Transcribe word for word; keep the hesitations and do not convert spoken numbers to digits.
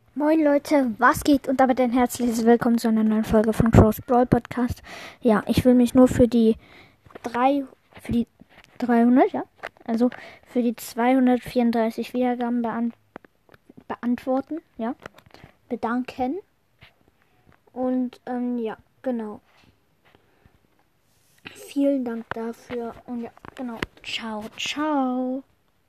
Moin Leute, was geht? Und damit ein herzliches Willkommen zu einer neuen Folge von Cross Brawl Podcast. Ja, ich will mich nur für die drei, für die dreihundert, ja, also für die zweihundertvierunddreißig Wiedergaben beant beantworten, ja, bedanken. Und ähm, ja, genau. Vielen Dank dafür und ja, genau. Ciao, ciao.